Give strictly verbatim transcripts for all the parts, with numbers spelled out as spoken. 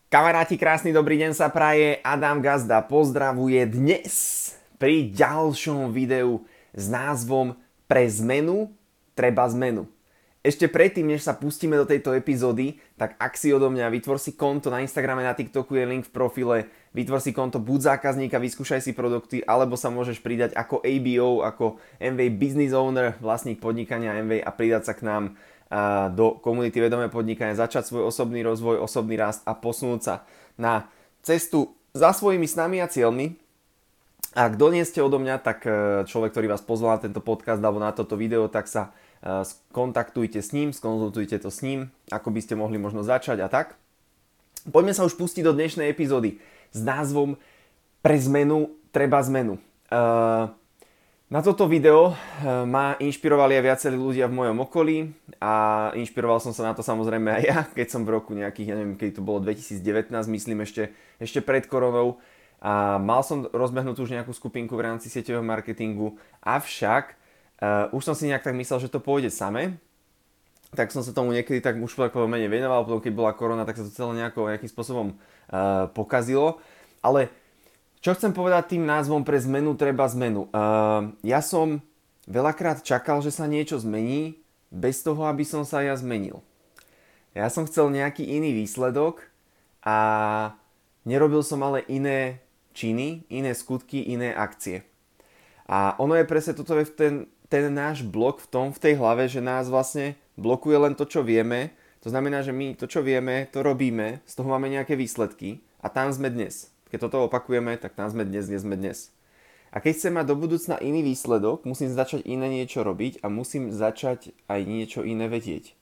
Kamaráti, krásny dobrý deň sa praje, Adam Gazda pozdravuje dnes pri ďalšom videu s názvom Pre zmenu treba zmenu. Ešte predtým, než sa pustíme do tejto epizódy, tak ak si odo mňa vytvor si konto na Instagrame, na TikToku je link v profile, vytvor si konto buď zákazníka, vyskúšaj si produkty, alebo sa môžeš pridať ako á bé ó, ako em vé Business Owner, vlastník podnikania em vé a pridať sa k nám do komunity vedomé podnikania, začať svoj osobný rozvoj, osobný rast a posunúť sa na cestu za svojimi snami a cieľmi. A kto nie ste odo mňa, tak človek, ktorý vás pozval na tento podcast alebo na toto video, tak sa skontaktujte s ním, skonzultujte to s ním, ako by ste mohli možno začať a tak. Poďme sa už pustiť do dnešnej epizódy s názvom Pre zmenu treba zmenu. Uh, Na toto video ma inšpirovali aj viacerí ľudia v mojom okolí a inšpiroval som sa na to samozrejme aj ja, keď som v roku nejakých, ja neviem, keď to bolo dvetisícdevätnásť, myslím ešte, ešte pred koronou a mal som rozbehnutú už nejakú skupinku v rámci sieťového marketingu, avšak uh, už som si nejak tak myslel, že to pôjde samé, tak som sa tomu niekedy tak už menej venoval, potom keď bola korona, tak sa to celé nejako, nejakým spôsobom uh, pokazilo, ale čo chcem povedať tým názvom Pre zmenu treba zmenu? Uh, ja som veľakrát čakal, že sa niečo zmení, bez toho, aby som sa ja zmenil. Ja som chcel nejaký iný výsledok a nerobil som ale iné činy, iné skutky, iné akcie. A ono je presne toto je ten, ten náš blok v tom, v tej hlave, že nás vlastne blokuje len to, čo vieme. To znamená, že my to, čo vieme, to robíme, z toho máme nejaké výsledky a tam sme dnes. Keď toto opakujeme, tak tam sme dnes, kde sme dnes. A keď chcem mať do budúcna iný výsledok, musím začať iné niečo robiť a musím začať aj niečo iné vedieť.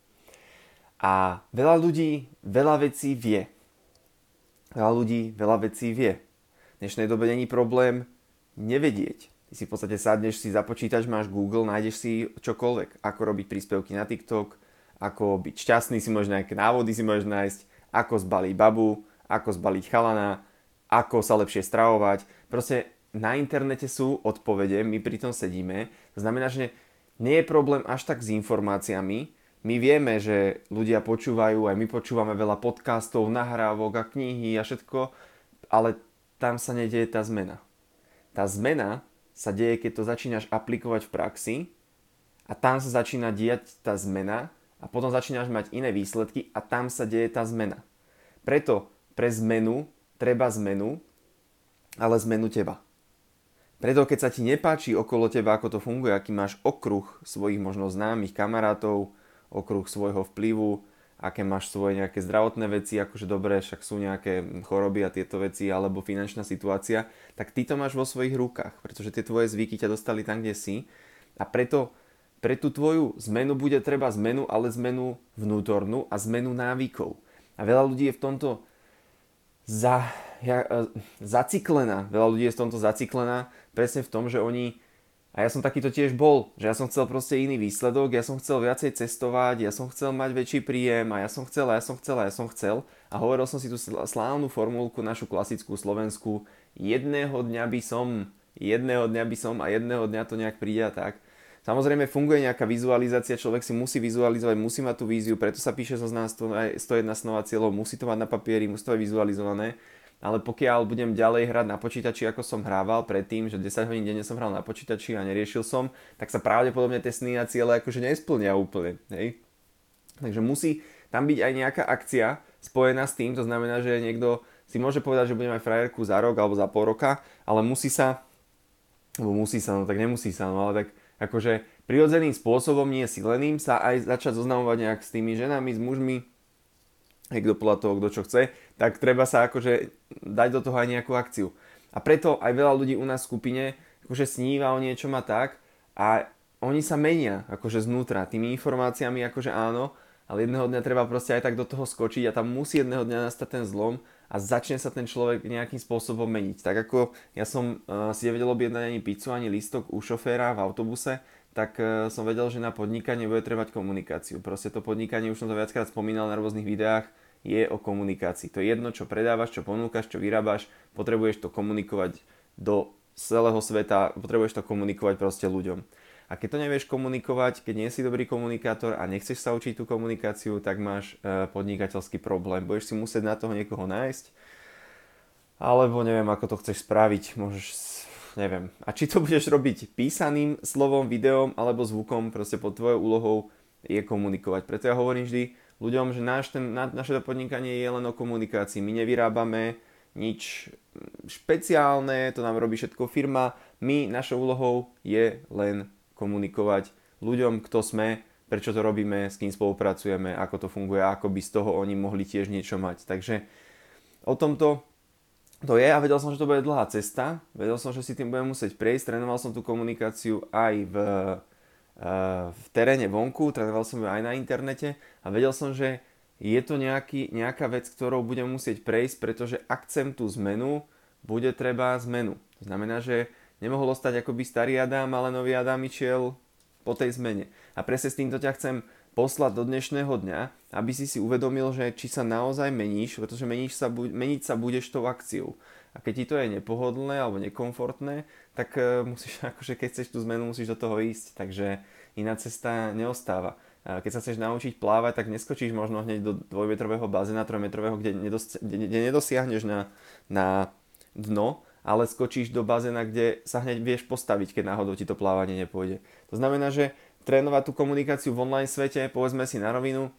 A veľa ľudí veľa vecí vie. Veľa ľudí veľa vecí vie. V dnešnej dobe není problém nevedieť. Ty si v podstate sadneš si za počítač, máš Google, nájdeš si čokoľvek. Ako robiť príspevky na TikTok, ako byť šťastný, si môžeš nejaké návody si môžeš nájsť, ako zbaliť babu, ako zbaliť chalana, ako sa lepšie stravovať. Proste na internete sú odpovede, my pri tom sedíme. To znamená, že nie je problém až tak s informáciami. My vieme, že ľudia počúvajú, aj my počúvame veľa podcastov, nahrávok a knihy a všetko, ale tam sa nedieje tá zmena. Tá zmena sa deje, keď to začínaš aplikovať v praxi a tam sa začína diať tá zmena a potom začínaš mať iné výsledky a tam sa deje tá zmena. Preto pre zmenu treba zmenu, ale zmenu teba. Preto keď sa ti nepáči okolo teba, ako to funguje, aký máš okruh svojich možno známych kamarátov, okruh svojho vplyvu, aké máš svoje nejaké zdravotné veci, akože dobré, však sú nejaké choroby a tieto veci, alebo finančná situácia, tak ty to máš vo svojich rukách, pretože tie tvoje zvyky ťa dostali tam, kde si. A preto pre tú tvoju zmenu bude treba zmenu, ale zmenu vnútornú a zmenu návykov. A veľa ľudí je v tomto Za, ja, zaciklená. Veľa ľudí je v tomto zaciklená presne v tom, že oni, a ja som takýto tiež bol, že ja som chcel proste iný výsledok, ja som chcel viacej cestovať, ja som chcel mať väčší príjem a ja som chcel, a ja som chcel, a ja som chcel a hovoril som si tú slávnu formulku, našu klasickú slovenskú, jedného dňa by som, jedného dňa by som a jedného dňa to nejak príde a tak. Samozrejme funguje nejaká vizualizácia, človek si musí vizualizovať, musí mať tú víziu, preto sa píše zo sto jedna snov a cieľov, musí to mať na papieri, musí to mať vizualizované, ale pokiaľ budem ďalej hrať na počítači, ako som hrával predtým, že desať hodín denne som hral na počítači a neriešil som, tak sa pravdepodobne tie sny a ciele akože nesplnia úplne, hej. Takže musí tam byť aj nejaká akcia spojená s tým, to znamená, že niekto si môže povedať, že bude mať frajerku za rok alebo za pol roka, ale musí sa, alebo musí sa, no tak nemusí sa, no ale tak akože prirodzeným spôsobom, nie sileným, sa aj začať zoznamovať nejak s tými ženami, s mužmi, aj kto podľa toho, kto čo chce, tak treba sa akože dať do toho aj nejakú akciu. A preto aj veľa ľudí u nás v skupine akože sníva o niečom a tak a oni sa menia akože znútra tými informáciami, akože áno, ale jedného dňa treba proste aj tak do toho skočiť a tam musí jedného dňa nastať ten zlom a začne sa ten človek nejakým spôsobom meniť. Tak ako ja som uh, si nevedel objednať ani pizzu, ani lístok u šoféra v autobuse, tak uh, som vedel, že na podnikanie bude trebať komunikáciu. Proste to podnikanie, už som to viackrát spomínal na rôznych videách, je o komunikácii. To je jedno, čo predávaš, čo ponúkaš, čo vyrábaš, potrebuješ to komunikovať do celého sveta, potrebuješ to komunikovať proste ľuďom. A keď to nevieš komunikovať, keď nie si dobrý komunikátor a nechceš sa učiť tú komunikáciu, tak máš e, podnikateľský problém. Budeš si musieť na toho niekoho nájsť, alebo neviem, ako to chceš spraviť. Môžeš, neviem. A či to budeš robiť písaným slovom, videom alebo zvukom, proste pod tvojou úlohou je komunikovať. Preto ja hovorím vždy ľuďom, že náš ten, na, naše podnikanie je len o komunikácii. My nevyrábame nič špeciálne, to nám robí všetko firma. My, našou úlohou je len komunikovať ľuďom, kto sme, prečo to robíme, s kým spolupracujeme, ako to funguje, ako by z toho oni mohli tiež niečo mať. Takže o tomto to je a vedel som, že to bude dlhá cesta. Vedel som, že si tým budem musieť prejsť. Trénoval som tú komunikáciu aj v, v teréne vonku, trénoval som ju aj na internete a vedel som, že je to nejaký, nejaká vec, ktorou budem musieť prejsť, pretože ak chcem tú zmenu, bude treba zmenu. To znamená, že nemohol ostať akoby starý Adam, ale nový Adam išiel po tej zmene. A presne s týmto ťa chcem poslať do dnešného dňa, aby si si uvedomil, že či sa naozaj meníš, pretože meníš sa, meniť sa budeš tou akciou. A keď ti to je nepohodlné alebo nekomfortné, tak uh, musíš, akože keď chceš tú zmenu, musíš do toho ísť. Takže iná cesta neostáva. A keď sa chceš naučiť plávať, tak neskočíš možno hneď do dvojmetrového bazéna, trojmetrového, kde, nedos- kde, kde nedosiahneš na, na dno, ale skočíš do bazéna, kde sa hneď vieš postaviť, keď náhodou ti to plávanie nepôjde. To znamená, že trénovať tú komunikáciu v online svete, povedzme si na rovinu,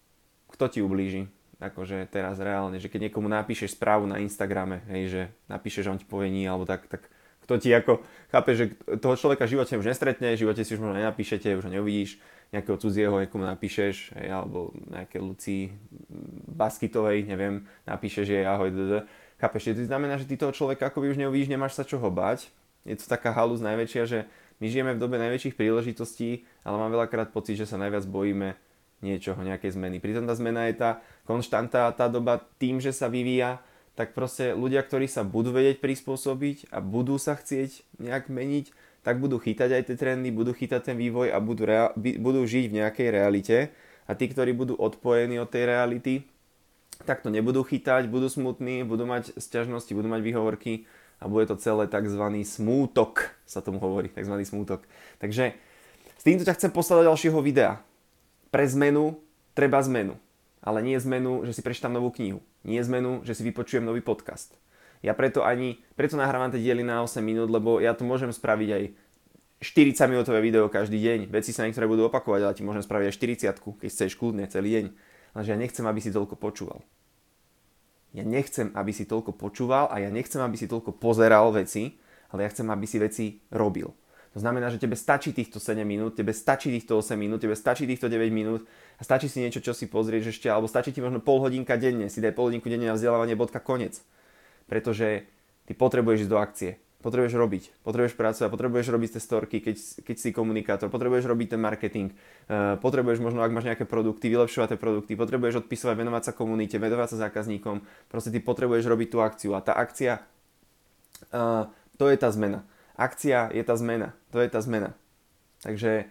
kto ti ublíži? Akože teraz reálne, že keď niekomu napíšeš správu na Instagrame, hej, že napíšeš, že on ti povie nie, alebo tak, tak kto ti ako, chápe, že toho človeka v živote už nestretne, v živote si už možno nenapíšete, už ho neuvidíš, nejakého cudzieho niekomu napíšeš, hej, alebo nejaké Lucii Baskytovej, neviem, napíšeš jej ahoj, dd. Chápeš, to znamená, že ty toho človeka akoby už neuvidíš, nemáš sa čoho bať. Je to taká halúz najväčšia, že my žijeme v dobe najväčších príležitostí, ale mám veľakrát pocit, že sa najviac bojíme niečoho, nejakej zmeny. Pritom tá zmena je tá konštanta, tá doba tým, že sa vyvíja, tak proste ľudia, ktorí sa budú vedieť prispôsobiť a budú sa chcieť nejak meniť, tak budú chytať aj tie trendy, budú chytať ten vývoj a budú, rea- budú žiť v nejakej realite. A tí, ktorí budú odpojení od tej reality, tak to nebudú chytať, budú smutní, budú mať sťažnosti, budú mať výhovorky a bude to celé tzv. Smútok, sa tomu hovorí, tzv. Smútok. Takže s týmto ťa chcem poslať do ďalšieho videa. Pre zmenu treba zmenu, ale nie zmenu, že si prečítam novú knihu, nie zmenu, že si vypočujem nový podcast. Ja preto ani, preto nahrávam tie diely na osem minút, lebo ja tu môžem spraviť aj štyridsaťminútové video každý deň. Veci sa niektoré budú opakovať, ale ti môžem spraviť aj štyridsiatku, keď chceš kľudne celý deň. Lenže ja nechcem, aby si toľko počúval. Ja nechcem, aby si toľko počúval a ja nechcem, aby si toľko pozeral veci, ale ja chcem, aby si veci robil. To znamená, že tebe stačí týchto sedem minút, tebe stačí týchto osem minút, tebe stačí týchto deväť minút a stačí si niečo, čo si pozrieš ešte, alebo stačí ti možno pol hodinka denne, si daj pol hodinku denne na vzdelávanie, bodka, konec. Pretože ty potrebuješ ísť do akcie. Potrebuješ robiť, potrebuješ pracovať, potrebuješ robiť tie storky, keď, keď si komunikátor, potrebuješ robiť ten marketing, uh, potrebuješ možno, ak máš nejaké produkty, vylepšovať tie produkty, potrebuješ odpisovať, venovať sa komunite, venovať sa zákazníkom, proste ty potrebuješ robiť tú akciu a tá akcia, uh, to je tá zmena. Akcia je tá zmena, to je tá zmena. Takže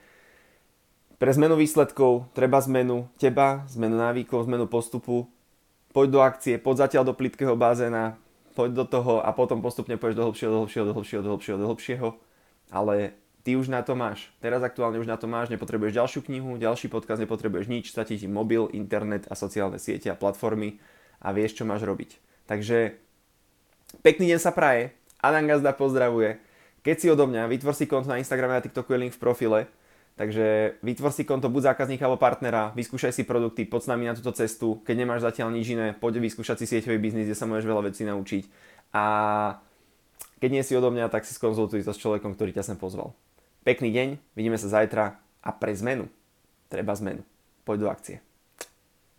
pre zmenu výsledkov treba zmenu teba, zmenu návykov, zmenu postupu, poď do akcie, poď zatiaľ do plytkého bazéna, poď do toho a potom postupne pôjdeš do hlbšieho, do hlbšieho, do hlbšieho, do hlbšieho, do hlbšieho, ale ty už na to máš. Teraz aktuálne už na to máš, nepotrebuješ ďalšiu knihu, ďalší podcast, nepotrebuješ nič, stačí ti mobil, internet a sociálne siete a platformy a vieš, čo máš robiť. Takže pekný deň sa praje, Adam Gazda pozdravuje. Keď si odo mňa, vytvor si konto na Instagrame, na TikToku je link v profile, takže vytvor si konto buď zákazníka alebo partnera, vyskúšaj si produkty, poď s nami na túto cestu, keď nemáš zatiaľ nič iné, poď vyskúšať si sieťový biznis, kde sa môžeš veľa vecí naučiť a keď nie si odo mňa, tak si skonzultuj to s človekom, ktorý ťa sem pozval. Pekný deň, vidíme sa zajtra a pre zmenu treba zmenu. Poď do akcie.